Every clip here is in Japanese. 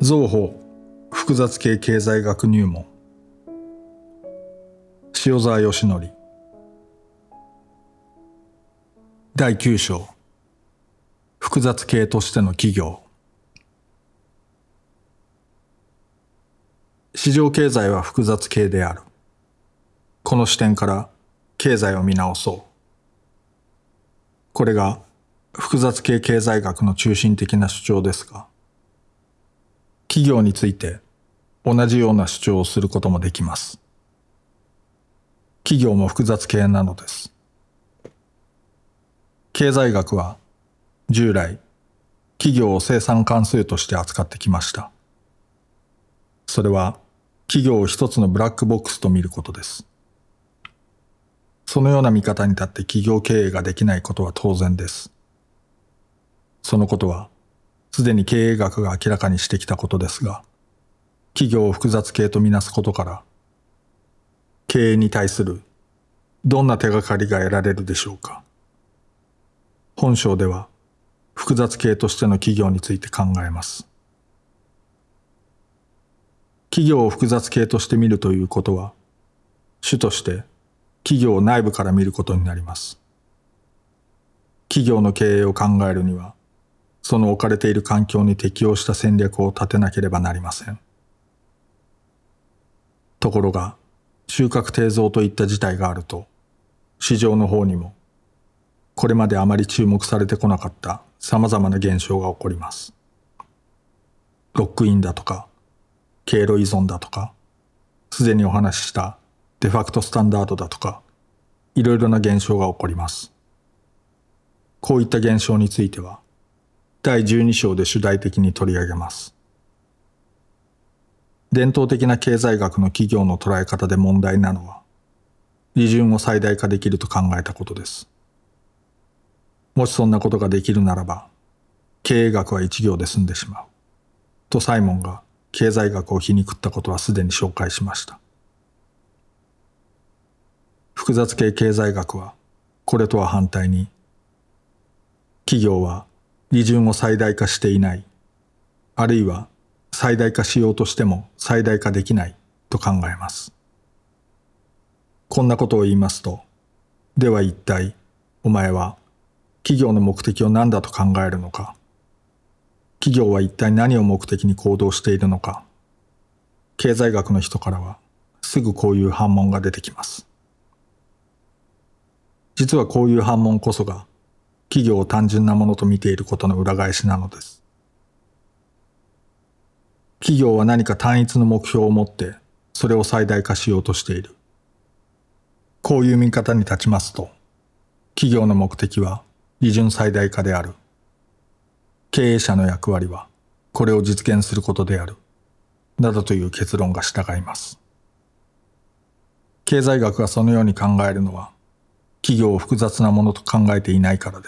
造法複雑系経済学入門、塩沢義則。第9章、複雑系としての企業。市場経済は複雑系である。この視点から経済を見直そう。これが複雑系経済学の中心的な主張ですが、企業について同じような主張をすることもできます。企業も複雑系なのです。経済学は従来、企業を生産関数として扱ってきました。それは企業を一つのブラックボックスと見ることです。そのような見方に立って企業経営ができないことは当然です。そのことはすでに経営学が明らかにしてきたことですが、企業を複雑系とみなすことから、経営に対するどんな手がかりが得られるでしょうか。本章では複雑系としての企業について考えます。企業を複雑系として見るということは、主として企業を内部から見ることになります。企業の経営を考えるには、その置かれている環境に適応した戦略を立てなければなりません。ところが、収穫定増といった事態があると、市場の方にも、これまであまり注目されてこなかった様々な現象が起こります。ロックインだとか、経路依存だとか、すでにお話ししたデファクトスタンダードだとか、いろいろな現象が起こります。こういった現象については、第12章で主題的に取り上げます。伝統的な経済学の企業の捉え方で問題なのは、利潤を最大化できると考えたことです。もしそんなことができるならば、経営学は一行で済んでしまう。とサイモンが経済学を皮肉ったことはすでに紹介しました。複雑系経済学は、これとは反対に、企業は利潤を最大化していない、あるいは最大化しようとしても最大化できないと考えます。こんなことを言いますと、では一体お前は企業の目的を何だと考えるのか、企業は一体何を目的に行動しているのか、経済学の人からはすぐこういう反問が出てきます。実はこういう反問こそが企業を単純なものと見ていることの裏返しなのです。企業は何か単一の目標を持ってそれを最大化しようとしている。こういう見方に立ちますと、企業の目的は利潤最大化である。経営者の役割はこれを実現することである。などという結論が従います。経済学がそのように考えるのは、企業を複雑なものと考えていないからです。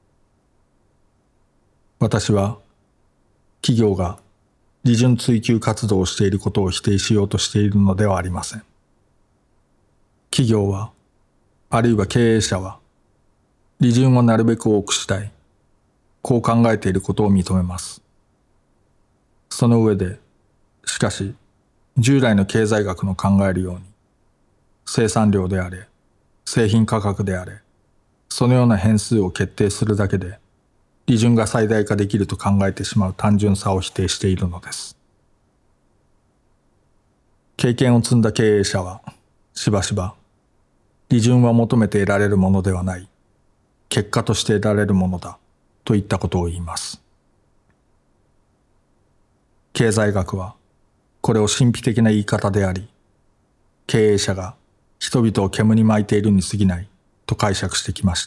私は、企業が利潤追求活動をしていることを否定しようとしているのではありません。企業は、あるいは経営者は、利潤をなるべく多くしたい。こう考えていることを認めます。その上で、しかし、従来の経済学の考えるように、生産量であれ、製品価格であれ、そのような変数を決定するだけで、利潤が最大化できると考えてしまう単純さを否定しているのです。経験を積んだ経営者は、しばしば、利潤は求めて得られるものではない、結果として得られるものだ、といったことを言います。経済学は、これを神秘的な言い方であり、経営者が人々を煙に巻いているに過ぎないと解釈してきました。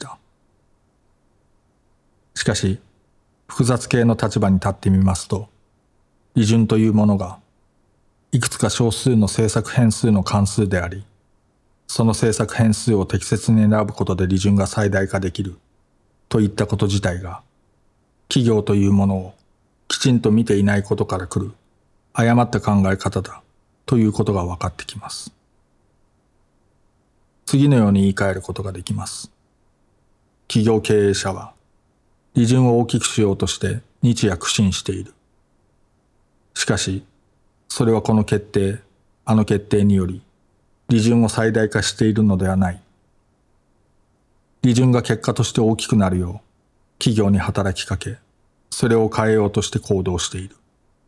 しかし、複雑系の立場に立ってみますと、利潤というものが、いくつか少数の政策変数の関数であり、その政策変数を適切に選ぶことで利潤が最大化できるといったこと自体が、企業というものをきちんと見ていないことから来る誤った考え方だということが分かってきます。次のように言い換えることができます。企業経営者は利潤を大きくしようとして日夜苦心している。ししかし、それはこの決定、あの決定により、利潤を最大化しているのではない。利潤が結果として大きくなるよう、企業に働きかけ、それを変えようとして行動している。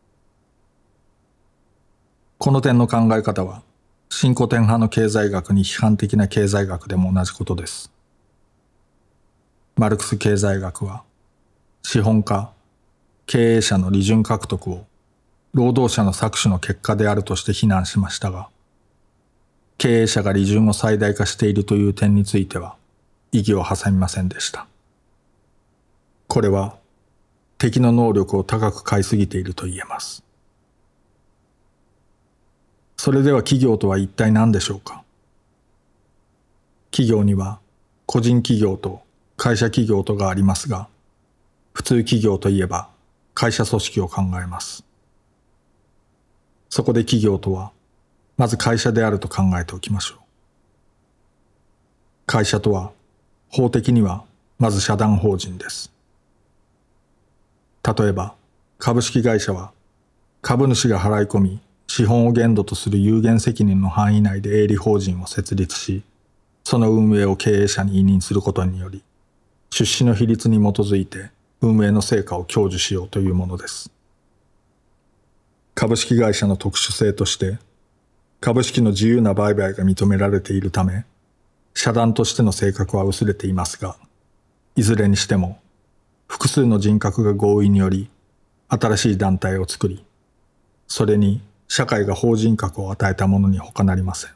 この点の考え方は、新古典派の経済学に批判的な経済学でも同じことです。マルクス経済学は、資本家、経営者の利潤獲得を労働者の搾取の結果であるとして非難しましたが、経営者が利潤を最大化しているという点については異議を挟みませんでした。これは敵の能力を高く買いすぎていると言えます。それでは企業とは一体何でしょうか。企業には個人企業と会社企業とがありますが、普通企業といえば会社組織を考えます。そこで企業とはまず会社であると考えておきましょう。会社とは法的にはまず社団法人です。例えば株式会社は株主が払い込み資本を限度とする有限責任の範囲内で営利法人を設立し、その運営を経営者に委任することにより、出資の比率に基づいて運営の成果を享受しようというものです。株式会社の特殊性として、株式の自由な売買が認められているため、社団としての性格は薄れていますが、いずれにしても、複数の人格が合意により、新しい団体を作り、それに社会が法人格を与えたものに他なりません。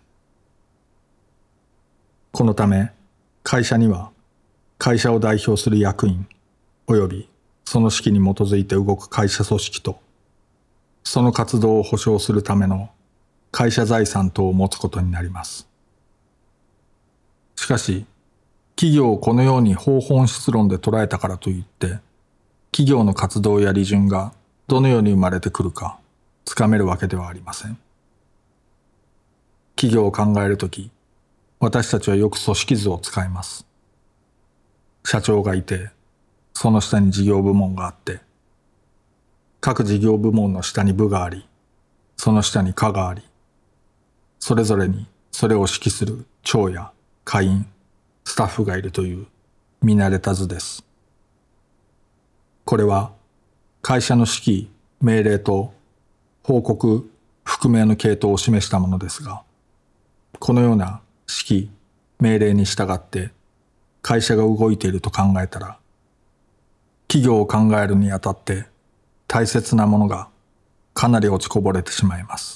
このため、会社には、会社を代表する役員、及びその指揮に基づいて動く会社組織と、その活動を保障するための会社財産等を持つことになります。しかし、企業をこのように法本質論で捉えたからといって、企業の活動や利潤がどのように生まれてくるか、つかめるわけではありません。企業を考えるとき、私たちはよく組織図を使います。社長がいて、その下に事業部門があって、各事業部門の下に部があり、その下に課があり、それぞれにそれを指揮する長や課員、スタッフがいるという見慣れた図です。これは会社の指揮、命令と報告、覆命の系統を示したものですが、このような指揮、命令に従って会社が動いていると考えたら、企業を考えるにあたって大切なものがかなり落ちこぼれてしまいます。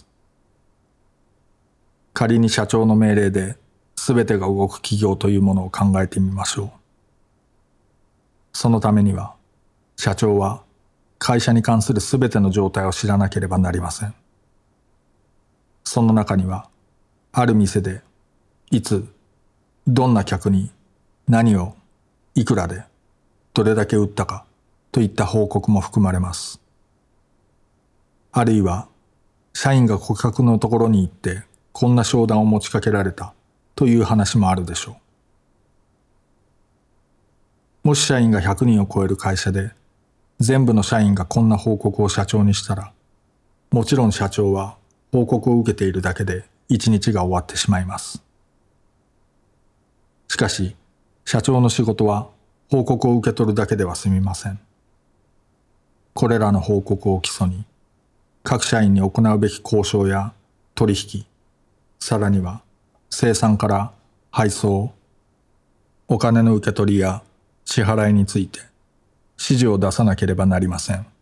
仮に社長の命令で全てが動く企業というものを考えてみましょう。そのためには、社長は会社に関する全ての状態を知らなければなりません。その中には、ある店で、いつ、どんな客に、何を、いくらで、どれだけ売ったか、といった報告も含まれます。あるいは、社員が顧客のところに行って、こんな商談を持ちかけられた、という話もあるでしょう。もし社員が100人を超える会社で、全部の社員がこんな報告を社長にしたら、もちろん社長は報告を受けているだけで一日が終わってしまいます。しかし、社長の仕事は報告を受け取るだけでは済みません。これらの報告を基礎に、各社員に行うべき交渉や取引、さらには生産から配送、お金の受け取りや支払いについて指示を出さなければなりません。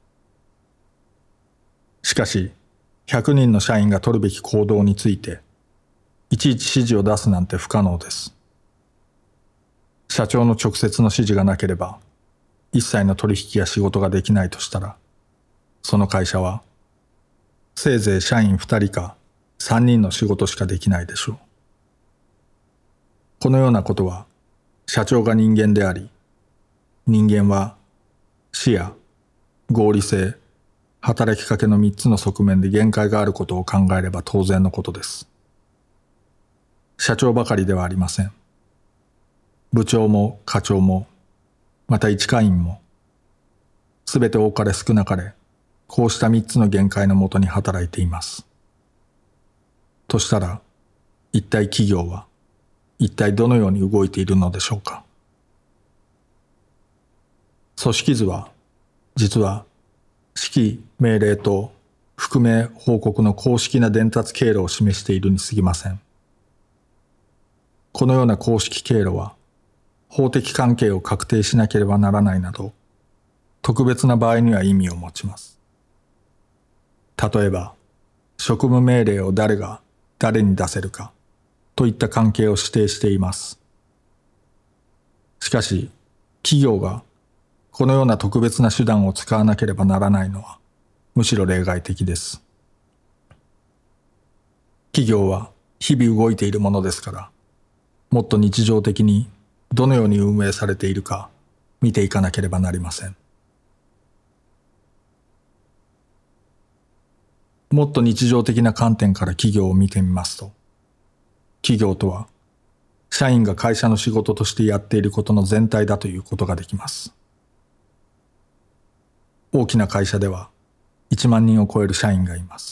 しかし、100人の社員が取るべき行動について、いちいち指示を出すなんて不可能です。社長の直接の指示がなければ、一切の取引や仕事ができないとしたら、その会社は、せいぜい社員2人か3人の仕事しかできないでしょう。このようなことは、社長が人間であり、人間は視野、合理性、働きかけの3つの側面で限界があることを考えれば当然のことです。社長ばかりではありません。部長も課長も、また一課員も、すべて多かれ少なかれ、 こうした3つの限界のもとに働いています。としたら、一体企業は一体どのように動いているのでしょうか。組織図は実は指揮命令と覆命報告の公式な伝達経路を示しているに過ぎません。このような公式経路は法的関係を確定しなければならないなど特別な場合には意味を持ちます。例えば職務命令を誰が誰に出せるかといった関係を指定しています。しかし企業がこのような特別な手段を使わなければならないのはむしろ例外的です。企業は日々動いているものですから、もっと日常的にどのように運営されているか見ていかなければなりません。もっと日常的な観点から企業を見てみますと、企業とは社員が会社の仕事としてやっていることの全体だということができます。大きな会社では1万人を超える社員がいます。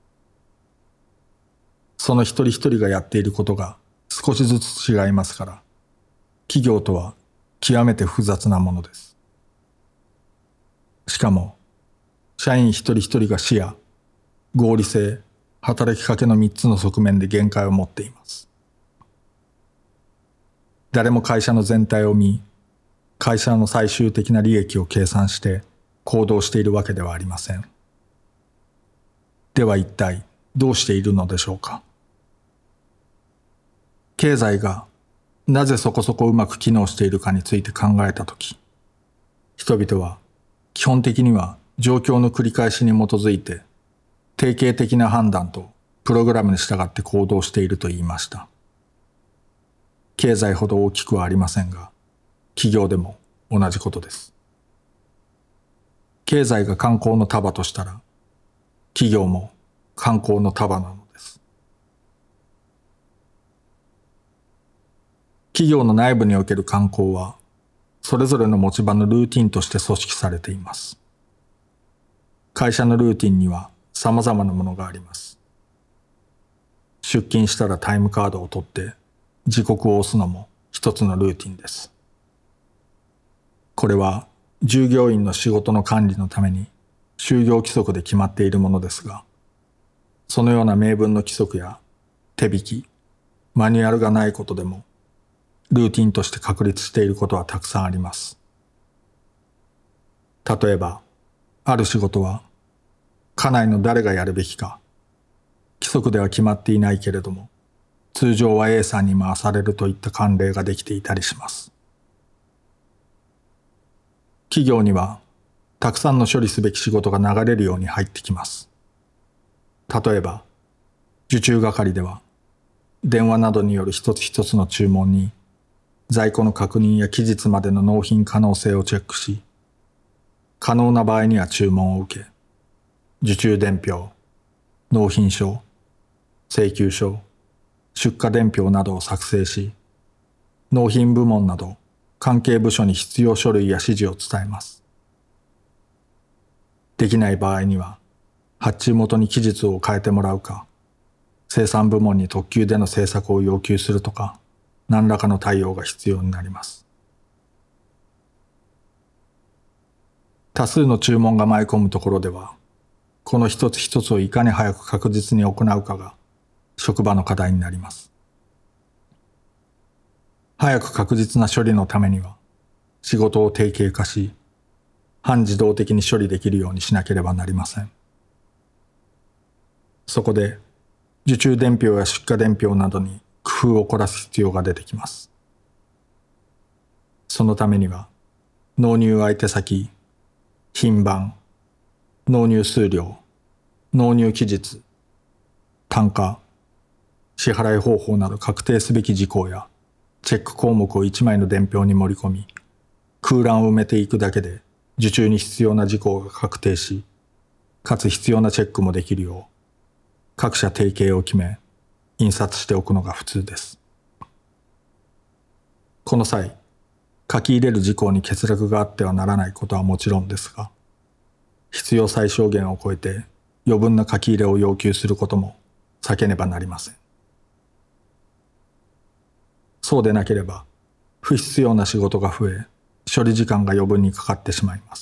その一人一人がやっていることが少しずつ違いますから、企業とは極めて複雑なものです。しかも、社員一人一人が視野、合理性、働きかけの3つの側面で限界を持っています。誰も会社の全体を見、会社の最終的な利益を計算して行動しているわけではありません。では一体どうしているのでしょうか。経済がなぜそこそこうまく機能しているかについて考えたとき、人々は基本的には状況の繰り返しに基づいて定型的な判断とプログラムに従って行動していると言いました。経済ほど大きくはありませんが、企業でも同じことです。経済が観光の束としたら、企業も観光の束なのです。企業の内部における観光は、それぞれの持ち場のルーティンとして組織されています。会社のルーティンには様々なものがあります。出勤したらタイムカードを取って時刻を押すのも一つのルーティンです。これは従業員の仕事の管理のために就業規則で決まっているものですが、そのような明文の規則や手引き、マニュアルがないことでもルーティンとして確立していることはたくさんあります。例えば、ある仕事は課内の誰がやるべきか、規則では決まっていないけれども、通常は A さんに回されるといった慣例ができていたりします。企業には、たくさんの処理すべき仕事が流れるように入ってきます。例えば、受注係では、電話などによる一つ一つの注文に、在庫の確認や期日までの納品可能性をチェックし、可能な場合には注文を受け、受注伝票、納品書、請求書、出荷伝票などを作成し、納品部門など関係部署に必要書類や指示を伝えます。できない場合には、発注元に期日を変えてもらうか、生産部門に特急での制作を要求するとか、何らかの対応が必要になります。多数の注文が舞い込むところでは、この一つ一つをいかに早く確実に行うかが職場の課題になります。早く確実な処理のためには、仕事を定型化し、半自動的に処理できるようにしなければなりません。そこで、受注伝票や出荷伝票などに工夫を凝らす必要が出てきます。そのためには、納入相手先、品番、納入数量、納入期日、単価、支払い方法など確定すべき事項やチェック項目を1枚の伝票に盛り込み、空欄を埋めていくだけで受注に必要な事項が確定し、かつ必要なチェックもできるよう、各社定型を決め、印刷しておくのが普通です。この際、書き入れる事項に欠落があってはならないことはもちろんですが、 必要最小限を超えて余分な書き入れを要求することも避けねばなりません。そうでなければ不必要な仕事が増え、処理時間が余分にかかってしまいます。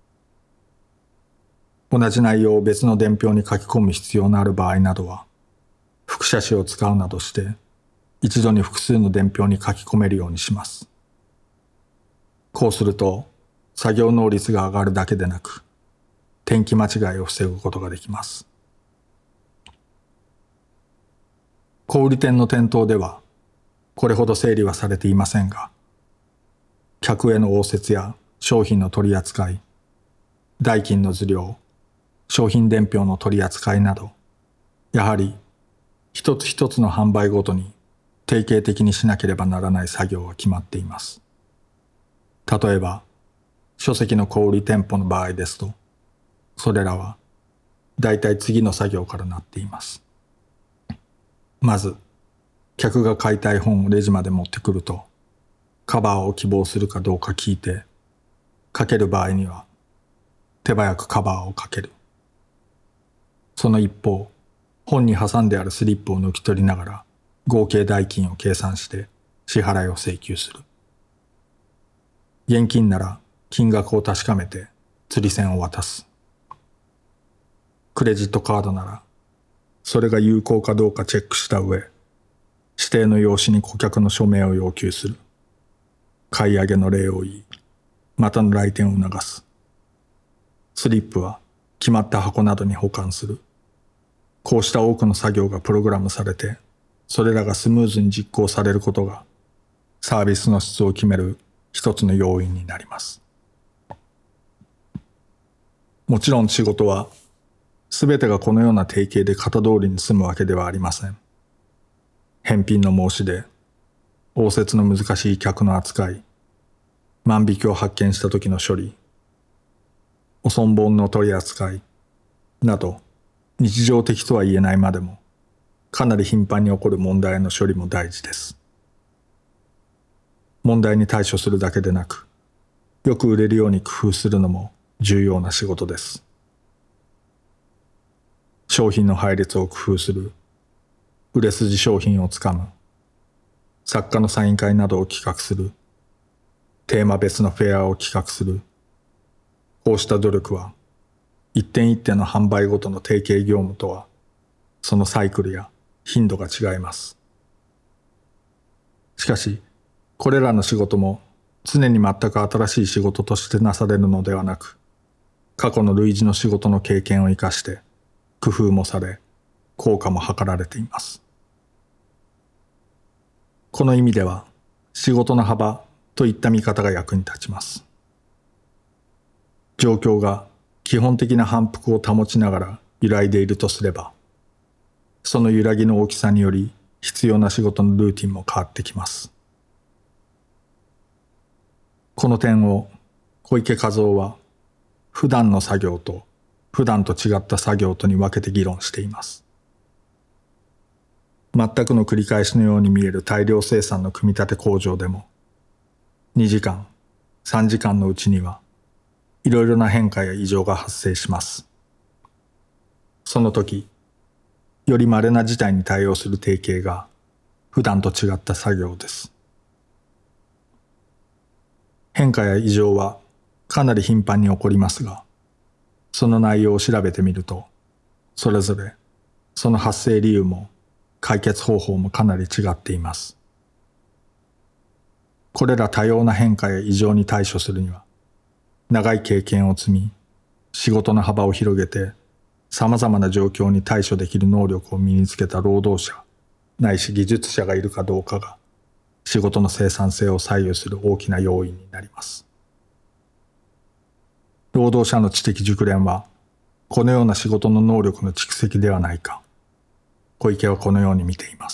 同じ内容を別の伝票に書き込む必要のある場合などは、複写紙を使うなどして一度に複数の伝票に書き込めるようにします。こうすると作業能率が上がるだけでなく、転記間違いを防ぐことができます。小売店の店頭ではこれほど整理はされていませんが、客への応接や商品の取り扱い、代金の受領、商品伝票の取り扱いなど、やはり一つ一つの販売ごとに定型的にしなければならない作業は決まっています。例えば、書籍の小売店舗の場合ですと、それらはだいたい次の作業からなっています。まず、客が買いたい本をレジまで持ってくると、カバーを希望するかどうか聞いて、かける場合には手早くカバーをかける。その一方、本に挟んであるスリップを抜き取りながら合計代金を計算して支払いを請求する。現金なら金額を確かめて釣り銭を渡す。クレジットカードならそれが有効かどうかチェックした上、指定の用紙に顧客の署名を要求する。買い上げの礼を言い、またの来店を促す。スリップは決まった箱などに保管する。こうした多くの作業がプログラムされて、それらがスムーズに実行されることが、サービスの質を決める一つの要因になります。もちろん仕事は、すべてがこのような定型で型通りに済むわけではありません。返品の申し出、応接の難しい客の扱い、万引きを発見した時の処理、お損本の取り扱いなど、日常的とは言えないまでも、かなり頻繁に起こる問題の処理も大事です。問題に対処するだけでなく、よく売れるように工夫するのも重要な仕事です。商品の配列を工夫する、売れ筋商品をつかむ、作家のサイン会などを企画する、テーマ別のフェアを企画する。こうした努力は、一点一点の販売ごとの定型業務とは、そのサイクルや頻度が違います。しかし、これらの仕事も常に全く新しい仕事としてなされるのではなく、過去の類似の仕事の経験を生かして、工夫もされ、効果も図られています。この意味では、仕事の幅といった見方が役に立ちます。状況が基本的な反復を保ちながら揺らいでいるとすれば、その揺らぎの大きさにより必要な仕事のルーティンも変わってきます。この点を小池和夫は普段の作業と普段と違った作業とに分けて議論しています。全くの繰り返しのように見える大量生産の組み立て工場でも、2時間、3時間のうちにはいろいろな変化や異常が発生します。その時、より稀な事態に対応する定型が普段と違った作業です。変化や異常はかなり頻繁に起こりますが、その内容を調べてみると、それぞれその発生理由も解決方法もかなり違っています。これら多様な変化や異常に対処するには、長い経験を積み、仕事の幅を広げて、様々な状況に対処できる能力を身につけた労働者、ないし技術者がいるかどうかが、仕事の生産性を左右する大きな要因になります。労働者の知的熟練は、このような仕事の能力の蓄積ではないか、小池はこのように見ています。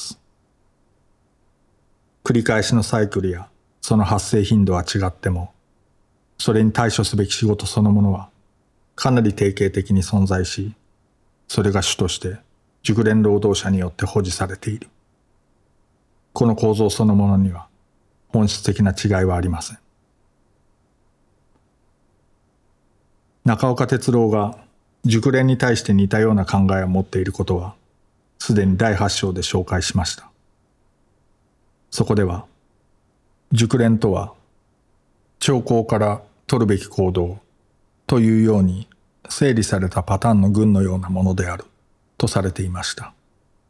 繰り返しのサイクルやその発生頻度は違っても、それに対処すべき仕事そのものはかなり定型的に存在し、それが主として熟練労働者によって保持されている。この構造そのものには本質的な違いはありません。 中岡哲郎が熟練に対して似たような考えを持っていることは、すでに第8章で紹介しました。そこでは、熟練とは、兆候から取るべき行動というように整理されたパターンの群のようなものであるとされていました。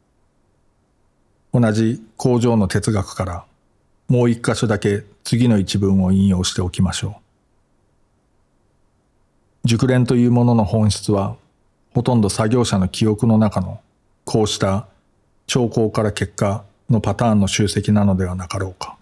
同じ工場の哲学からもう一箇所だけ次の一文を引用しておきましょう。熟練というものの本質は、ほとんど作業者の記憶の中のこうした兆候から結果のパターンの集積なのではなかろうか。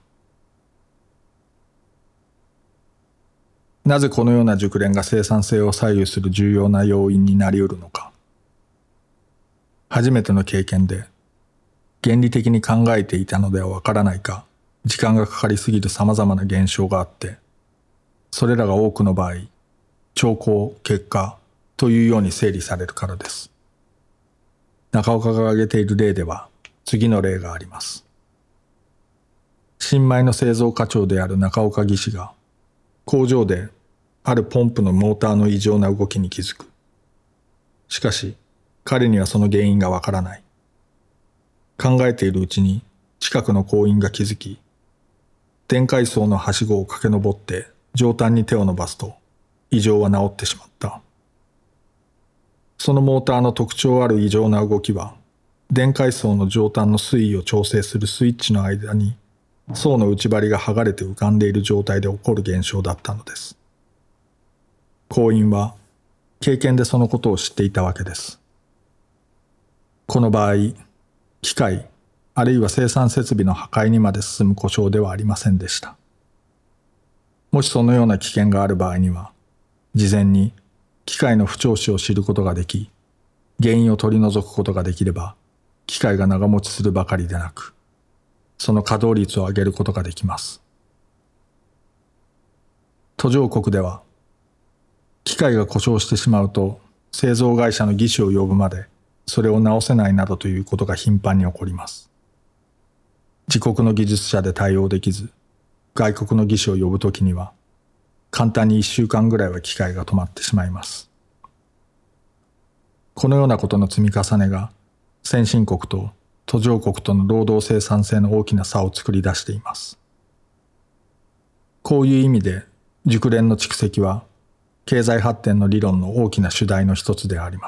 なぜこのような熟練が生産性を左右する重要な要因になり得るのか。初めての経験で原理的に考えていたのではわからないか、時間がかかりすぎる様々な現象があって、それらが多くの場合、兆候、結果というように整理されるからです。中岡が挙げている例では、次の例があります。新米の製造課長である中岡技師が、工場であるポンプのモーターの異常な動きに気づく。しかし、彼にはその原因がわからない。考えているうちに近くの工員が気づき、電解層のはしごを駆け上って上端に手を伸ばすと異常は治ってしまった。そのモーターの特徴ある異常な動きは、電解層の上端の水位を調整するスイッチの間に層の内張りが剥がれて浮かんでいる状態で起こる現象だったのです。工員は経験でそのことを知っていたわけです。この場合、機械あるいは生産設備の破壊にまで進む故障ではありませんでした。もしそのような危険がある場合には、事前に機械の不調子を知ることができ、原因を取り除くことができれば、機械が長持ちするばかりでなく、その稼働率を上げることができます。途上国では、機械が故障してしまうと、製造会社の技師を呼ぶまで、それを直せないなどということが頻繁に起こります。自国の技術者で対応できず、外国の技師を呼ぶときには、簡単に1週間ぐらいは機械が止まってしまいます。このようなことの積み重ねが、先進国と途上国との労働生産性の大きな差を作り出しています。こういう意味で、熟練の蓄積は、経済発展の理論の大きな主題の一つであります。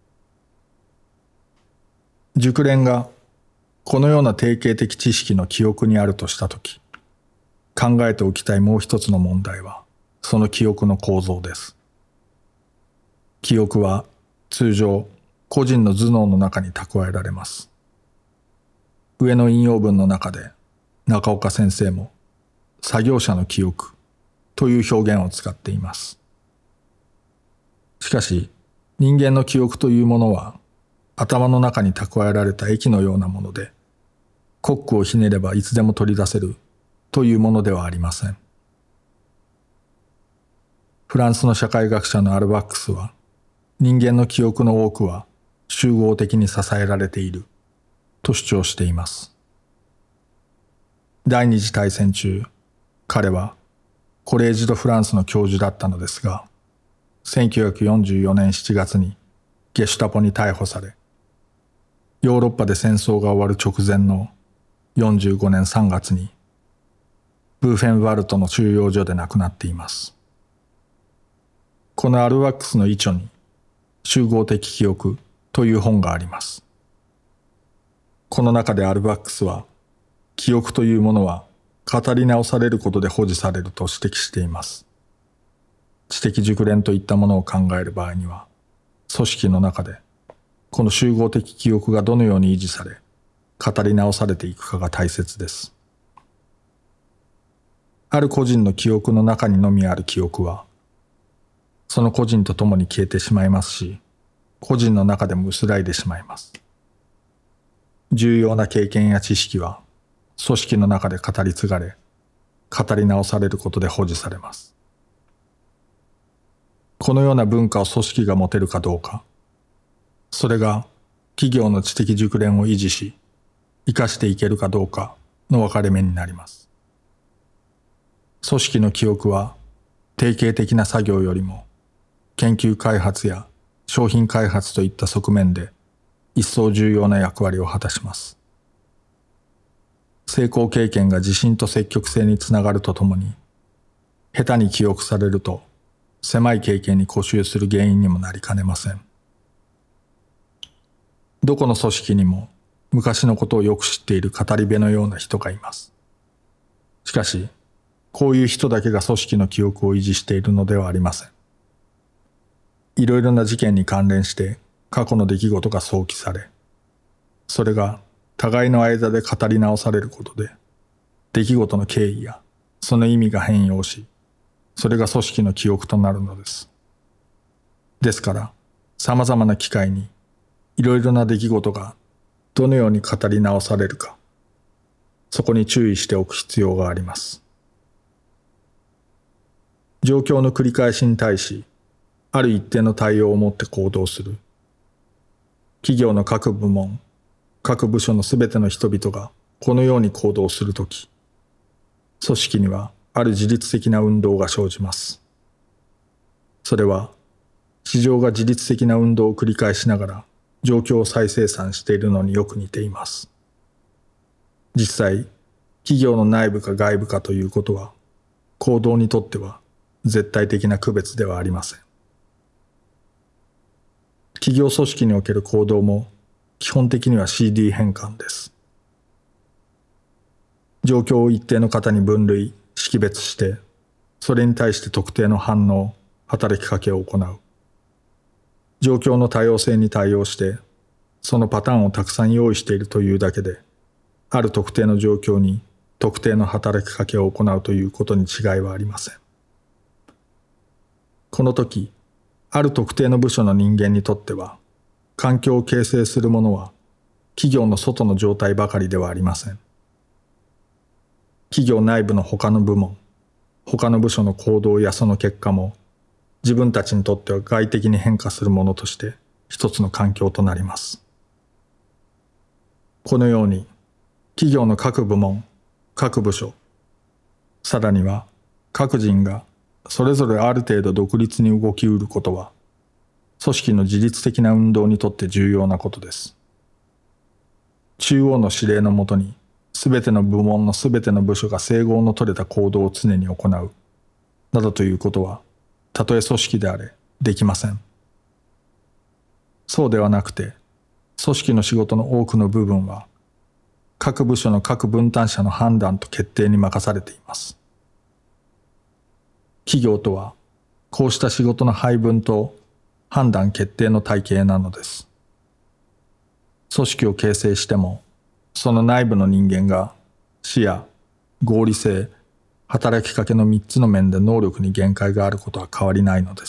熟練がこのような定型的知識の記憶にあるとしたとき、考えておきたいもう一つの問題は、その記憶の構造です。記憶は通常、個人の頭脳の中に蓄えられます。上の引用文の中で、中岡先生も、作業者の記憶という表現を使っています。しかし、人間の記憶というものは、頭の中に蓄えられた液のようなもので、コックをひねればいつでも取り出せるというものではありません。フランスの社会学者のアルバックスは、人間の記憶の多くは集合的に支えられていると主張しています。第二次大戦中、彼はコレージ・ド・フランスの教授だったのですが、1944年7月にゲシュタポに逮捕され、ヨーロッパで戦争が終わる直前の45年3月にブーフェンワルトの収容所で亡くなっています。このアルワックスの遺書に集合的記憶という本があります。この中でアルバックスは記憶というものは語り直されることで保持されると指摘しています。知的熟練といったものを考える場合には、組織の中でこの集合的記憶がどのように維持され、語り直されていくかが大切です。ある個人の記憶の中にのみある記憶は、その個人と共に消えてしまいますし、個人の中でも薄らいでしまいます。重要な経験や知識は、組織の中で語り継がれ、語り直されることで保持されます。このような文化を組織が持てるかどうか、それが企業の知的熟練を維持し、生かしていけるかどうかの分かれ目になります。組織の記憶は定型的な作業よりも研究開発や商品開発といった側面で一層重要な役割を果たします。成功経験が自信と積極性につながるとともに、下手に記憶されると狭い経験に固執する原因にもなりかねません。どこの組織にも昔のことをよく知っている語り部のような人がいます。しかし、こういう人だけが組織の記憶を維持しているのではありません。いろいろな事件に関連して過去の出来事が想起され、それが互いの間で語り直されることで、出来事の経緯やその意味が変容し、それが組織の記憶となるのです。ですから、様々な機会にいろいろな出来事がどのように語り直されるか、そこに注意しておく必要があります。状況の繰り返しに対し、ある一定の対応を持って行動する。企業の各部門、各部署のすべての人々がこのように行動するとき、組織にはある自律的な運動が生じます。それは、市場が自律的な運動を繰り返しながら状況を再生産しているのによく似ています。実際、企業の内部か外部かということは、行動にとっては絶対的な区別ではありません。企業組織における行動も基本的には CD 変換です。状況を一定の型に分類、識別して、それに対して特定の反応、働きかけを行う。状況の多様性に対応して、そのパターンをたくさん用意しているというだけで、ある特定の状況に特定の働きかけを行うということに違いはありません。この時、ある特定の部署の人間にとっては、環境を形成するものは企業の外の状態ばかりではありません。企業内部の他の部門、他の部署の行動やその結果も、自分たちにとっては外的に変化するものとして一つの環境となります。このように、企業の各部門、各部署、さらには各人がそれぞれある程度独立に動きうることは、組織の自律的な運動にとって重要なことです。中央の指令のもとに、すべての部門のすべての部署が整合の取れた行動を常に行う、などということは、たとえ組織であれ、できません。そうではなくて、組織の仕事の多くの部分は、各部署の各分担者の判断と決定に任されています。企業とは、こうした仕事の配分と判断決定の体系なのです。組織を形成しても、その内部の人間が視野、合理性、働きかけの3つの面で能力に限界があることは変わりないのです。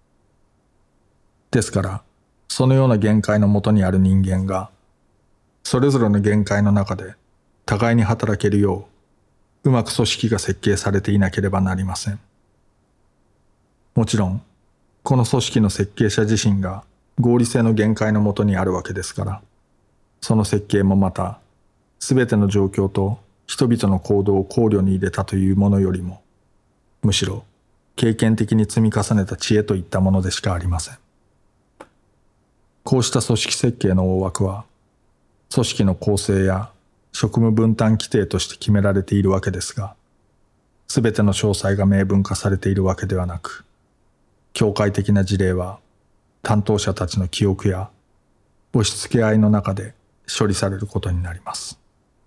ですから、そのような限界のもとにある人間が、それぞれの限界の中で互いに働けるよう、うまく組織が設計されていなければなりません。もちろん、この組織の設計者自身が合理性の限界のもとにあるわけですから、その設計もまた、すべての状況と人々の行動を考慮に入れたというものよりも、むしろ経験的に積み重ねた知恵といったものでしかありません。こうした組織設計の大枠は、組織の構成や職務分担規定として決められているわけですが、すべての詳細が明文化されているわけではなく、境界的な事例は担当者たちの記憶や押し付け合いの中で処理されることになります。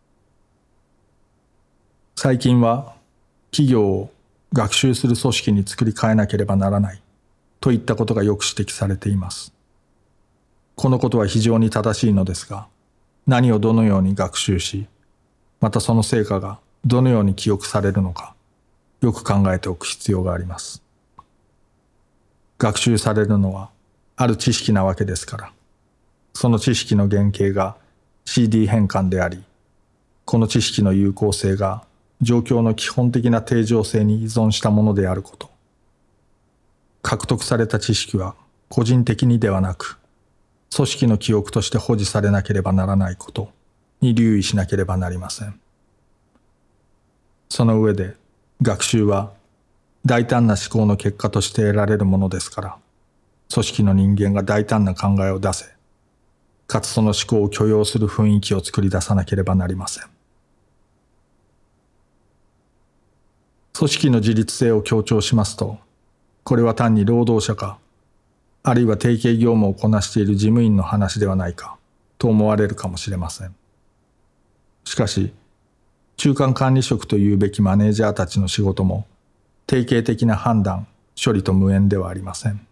最近は企業を学習する組織に作り変えなければならないといったことがよく指摘されています。このことは非常に正しいのですが、何をどのように学習し、またその成果がどのように記憶されるのか、よく考えておく必要があります。学習されるのはある知識なわけですから、その知識の原型が CD 変換であり、この知識の有効性が状況の基本的な定常性に依存したものであること。獲得された知識は個人的にではなく、組織の記憶として保持されなければならないことに留意しなければなりません。その上で、学習は大胆な思考の結果として得られるものですから、 組織の人間が大胆な考えを出せ、かつその思考を許容する雰囲気を作り出さなければなりません。組織の自律性を強調しますと、これは単に労働者か、あるいは定型業務をこなしている事務員の話ではないか、と思われるかもしれません。しかし、中間管理職というべきマネージャーたちの仕事も、定型的な判断、処理と無縁ではありません。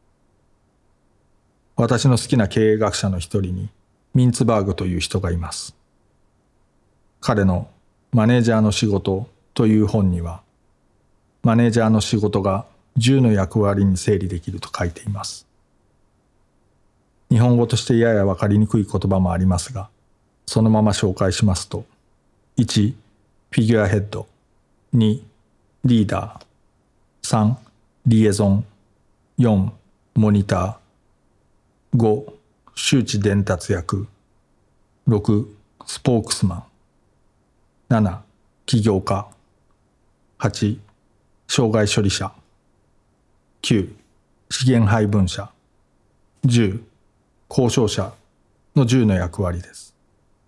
私の好きな経営学者の一人に、ミンツバーグという人がいます。彼のマネージャーの仕事という本には、マネージャーの仕事が10の役割に整理できると書いています。日本語としてややわかりにくい言葉もありますが、そのまま紹介しますと、1、フィギュアヘッド、2、リーダー、3、リエゾン、4、モニター、5、周知伝達役、6、スポークスマン、7、起業家、8、障害処理者、9、資源配分者、10、交渉者の10の役割です。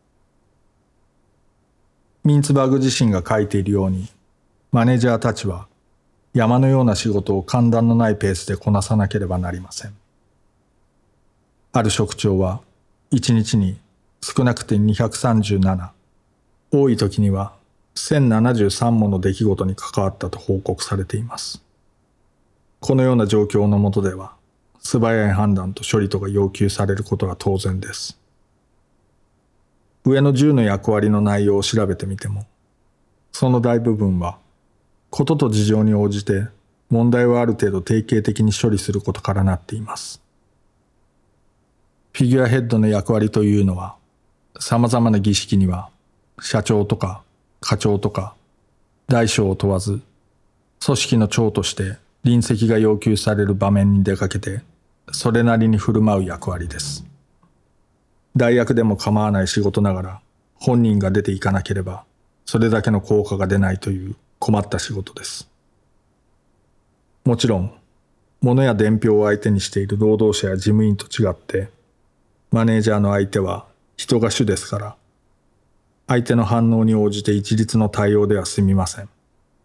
ミンツバーグ自身が書いているように、マネージャーたちは山のような仕事を間断のないペースでこなさなければなりません。ある職長は1日に少なくて237、多い時には1073もの出来事に関わったと報告されています。このような状況の下では、素早い判断と処理とが要求されることは当然です。上の10の役割の内容を調べてみても、その大部分は、ことと事情に応じて問題をある程度定型的に処理することからなっています。フィギュアヘッドの役割というのは、様々な儀式には、社長とか課長とか、大小を問わず、組織の長として臨席が要求される場面に出かけて、それなりに振る舞う役割です。代役でも構わない仕事ながら、本人が出ていかなければ、それだけの効果が出ないという困った仕事です。もちろん、物や伝票を相手にしている労働者や事務員と違って、マネージャーの相手は人が主ですから、相手の反応に応じて一律の対応では済みません。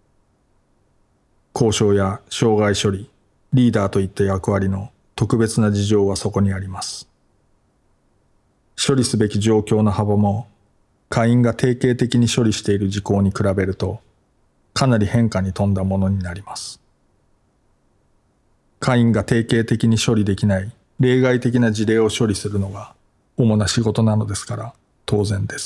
交渉や障害処理、リーダーといった役割の特別な事情はそこにあります。処理すべき状況の幅も、会員が定型的に処理している事項に比べると、かなり変化に富んだものになります。会員が定型的に処理できない例外的な事例を処理するのが主な仕事なのですから当然です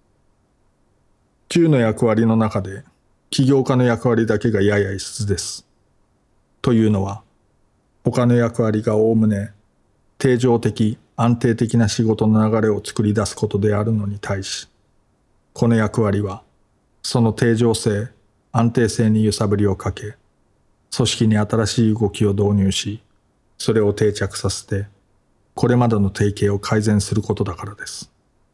。9の役割の中で起業家の役割だけがやや異質です。というのは、他の役割がおおむね定常的安定的な仕事の流れを作り出すことであるのに対し、この役割はその定常性安定性に揺さぶりをかけ、組織に新しい動きを導入し、それを定着させて、これまでの定型を改善することだからです。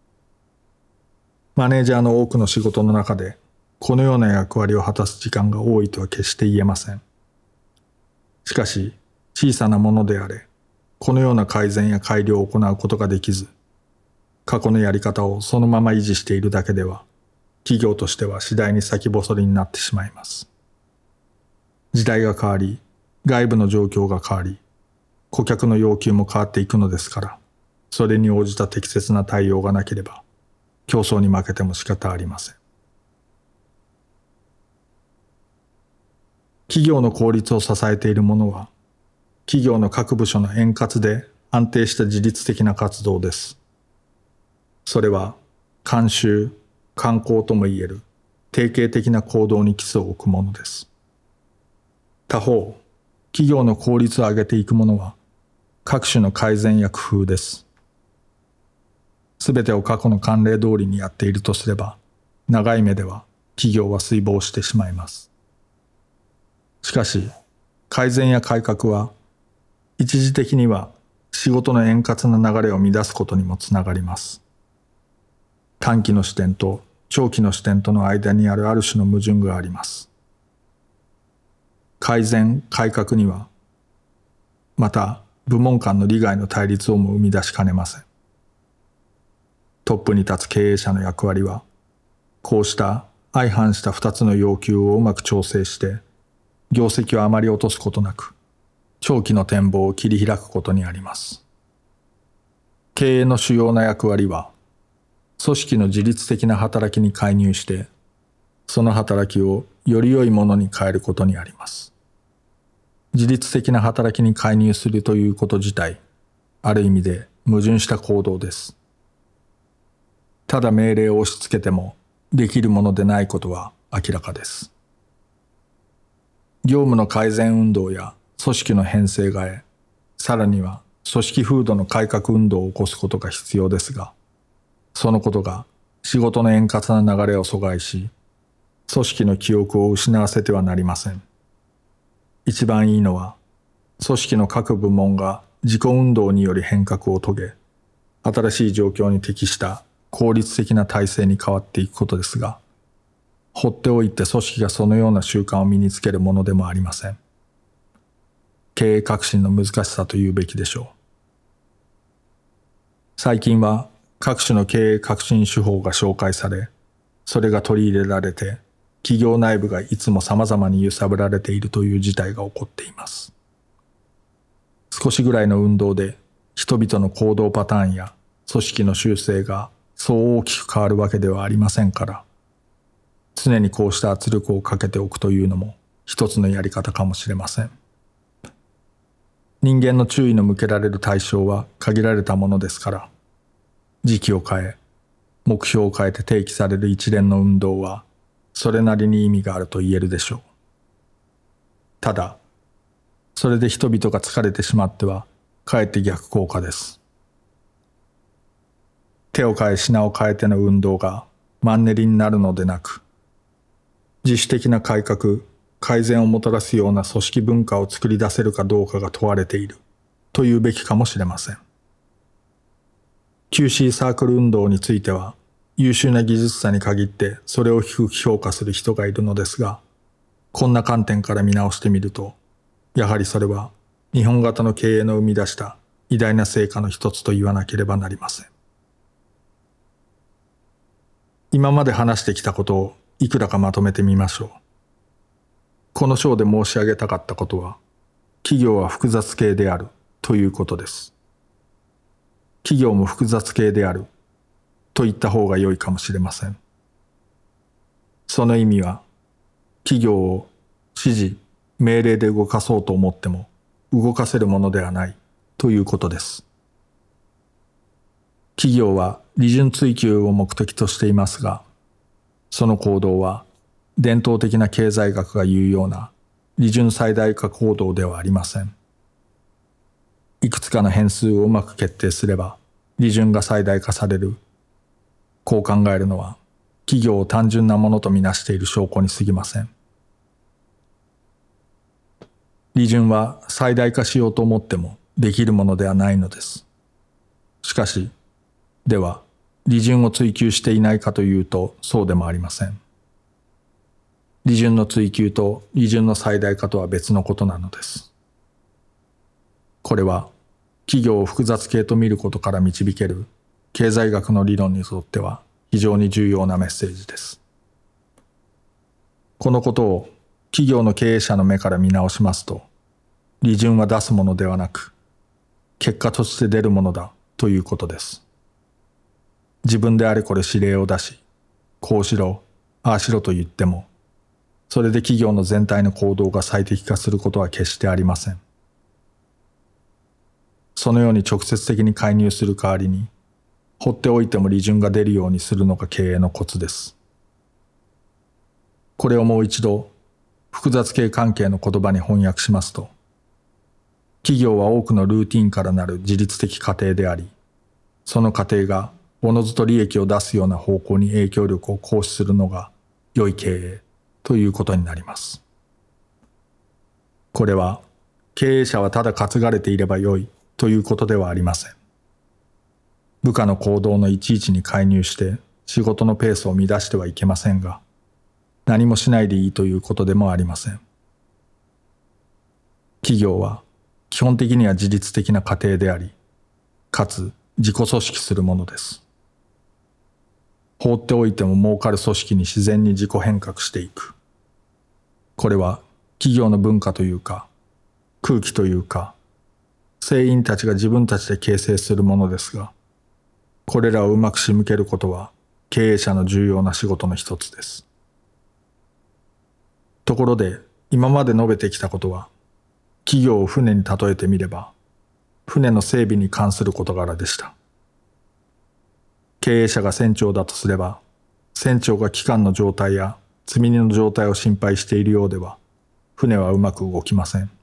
マネージャーの多くの仕事の中で、このような役割を果たす時間が多いとは決して言えません。しかし、小さなものであれ、このような改善や改良を行うことができず、過去のやり方をそのまま維持しているだけでは、企業としては次第に先細りになってしまいます。時代が変わり、外部の状況が変わり、顧客の要求も変わっていくのですから、それに応じた適切な対応がなければ、競争に負けても仕方ありません。企業の効率を支えているものは、企業の各部署の円滑で安定した自律的な活動です。それは、慣習、慣行ともいえる定型的な行動に基礎を置くものです。他方、企業の効率を上げていくものは、各種の改善や工夫です。すべてを過去の慣例通りにやっているとすれば、長い目では企業は衰亡してしまいます。しかし、改善や改革は、一時的には仕事の円滑な流れを乱すことにもつながります。短期の視点と長期の視点との間にあるある種の矛盾があります。改善・改革には、また部門間の利害の対立をも生み出しかねません。トップに立つ経営者の役割は、こうした相反した2つの要求をうまく調整して、業績をあまり落とすことなく、長期の展望を切り開くことにあります。経営の主要な役割は、組織の自律的な働きに介入して、その働きをより良いものに変えることにあります。自律的な働きに介入するということ自体、ある意味で矛盾した行動です。ただ命令を押し付けてもできるものでないことは明らかです。業務の改善運動や組織の編成替え、さらには組織風土の改革運動を起こすことが必要ですが、そのことが仕事の円滑な流れを阻害し、組織の記憶を失わせてはなりません。一番いいのは、組織の各部門が自己運動により変革を遂げ、新しい状況に適した効率的な体制に変わっていくことですが、放っておいて組織がそのような習慣を身につけるものでもありません。経営革新の難しさというべきでしょう。最近は各種の経営革新手法が紹介され、それが取り入れられて、企業内部がいつも様々に揺さぶられているという事態が起こっています。少しぐらいの運動で人々の行動パターンや組織の習性がそう大きく変わるわけではありませんから、常にこうした圧力をかけておくというのも一つのやり方かもしれません。人間の注意の向けられる対象は限られたものですから、時期を変え、目標を変えて提起される一連の運動は、それなりに意味があると言えるでしょう。ただ、それで人々が疲れてしまっては、かえって逆効果です。手を変え品を変えての運動がマンネリになるのでなく、自主的な改革、改善をもたらすような組織文化を作り出せるかどうかが問われているというべきかもしれません。QC サークル運動については、優秀な技術者に限ってそれを低く評価する人がいるのですが、こんな観点から見直してみると、やはりそれは日本型の経営の生み出した偉大な成果の一つと言わなければなりません。今まで話してきたことをいくらかまとめてみましょう。この章で申し上げたかったことは、企業は複雑系であるということです。企業も複雑系であると言った方が良いかもしれません。その意味は、企業を指示、命令で動かそうと思っても動かせるものではないということです。企業は利潤追求を目的としていますが、その行動は伝統的な経済学が言うような利潤最大化行動ではありません。いくつかの変数をうまく決定すれば利潤が最大化される。こう考えるのは企業を単純なものとみなしている証拠に過ぎません。利潤は最大化しようと思ってもできるものではないのです。しかし、では、利潤を追求していないかというとそうでもありません。利潤の追求と利潤の最大化とは別のことなのです。これは企業を複雑系と見ることから導ける経済学の理論にとっては非常に重要なメッセージです。このことを企業の経営者の目から見直しますと、利潤は出すものではなく、結果として出るものだということです。自分であれこれ指令を出し、こうしろ、ああしろと言っても、それで企業の全体の行動が最適化することは決してありません。そのように直接的に介入する代わりに、放っておいても利潤が出るようにするのが経営のコツです。これをもう一度、複雑系関係の言葉に翻訳しますと、企業は多くのルーティンからなる自律的過程であり、その過程がおのずと利益を出すような方向に影響力を行使するのが良い経営ということになります。これは経営者はただ担がれていれば良いということではありません。部下の行動のいちいちに介入して仕事のペースを乱してはいけませんが、何もしないでいいということでもありません。企業は基本的には自律的な過程であり、かつ自己組織するものです。放っておいても儲かる組織に自然に自己変革していく。これは企業の文化というか、空気というか、船員たちが自分たちで形成するものですが、これらをうまく仕向けることは経営者の重要な仕事の一つです。ところで、今まで述べてきたことは、企業を船に例えてみれば、船の整備に関する事柄でした。経営者が船長だとすれば、船長が機関の状態や積み荷の状態を心配しているようでは、船はうまく動きません。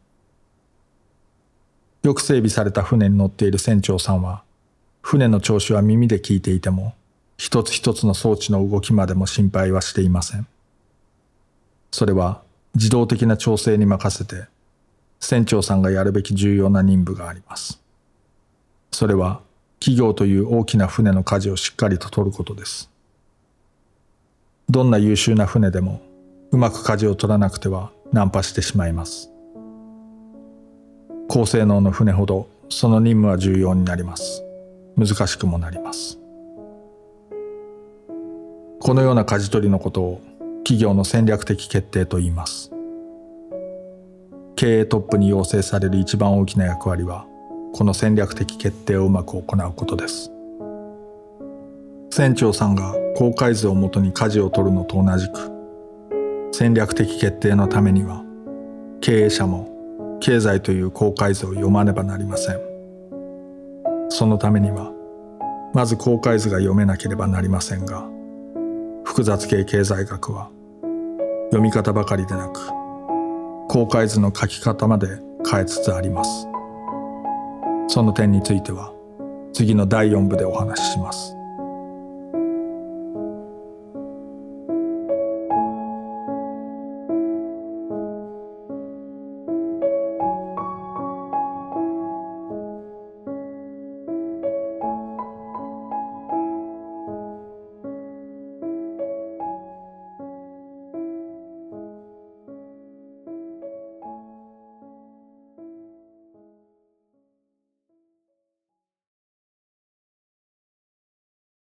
よく整備された船に乗っている船長さんは、船の調子は耳で聞いていても、一つ一つの装置の動きまでも心配はしていません。それは自動的な調整に任せて、船長さんがやるべき重要な任務があります。それは企業という大きな船の舵をしっかりと取ることです。どんな優秀な船でもうまく舵を取らなくては難破してしまいます。高性能の船ほどその任務は重要になります。難しくもなります。このような舵取りのことを企業の戦略的決定と言います。経営トップに要請される一番大きな役割は、この戦略的決定をうまく行うことです。船長さんが航海図をもとに舵を取るのと同じく、戦略的決定のためには、経営者も経済という航海図を読まねばなりません。そのためには、まず航海図が読めなければなりませんが、複雑系経済学は読み方ばかりでなく、航海図の書き方まで変えつつあります。その点については次の第4部でお話しします。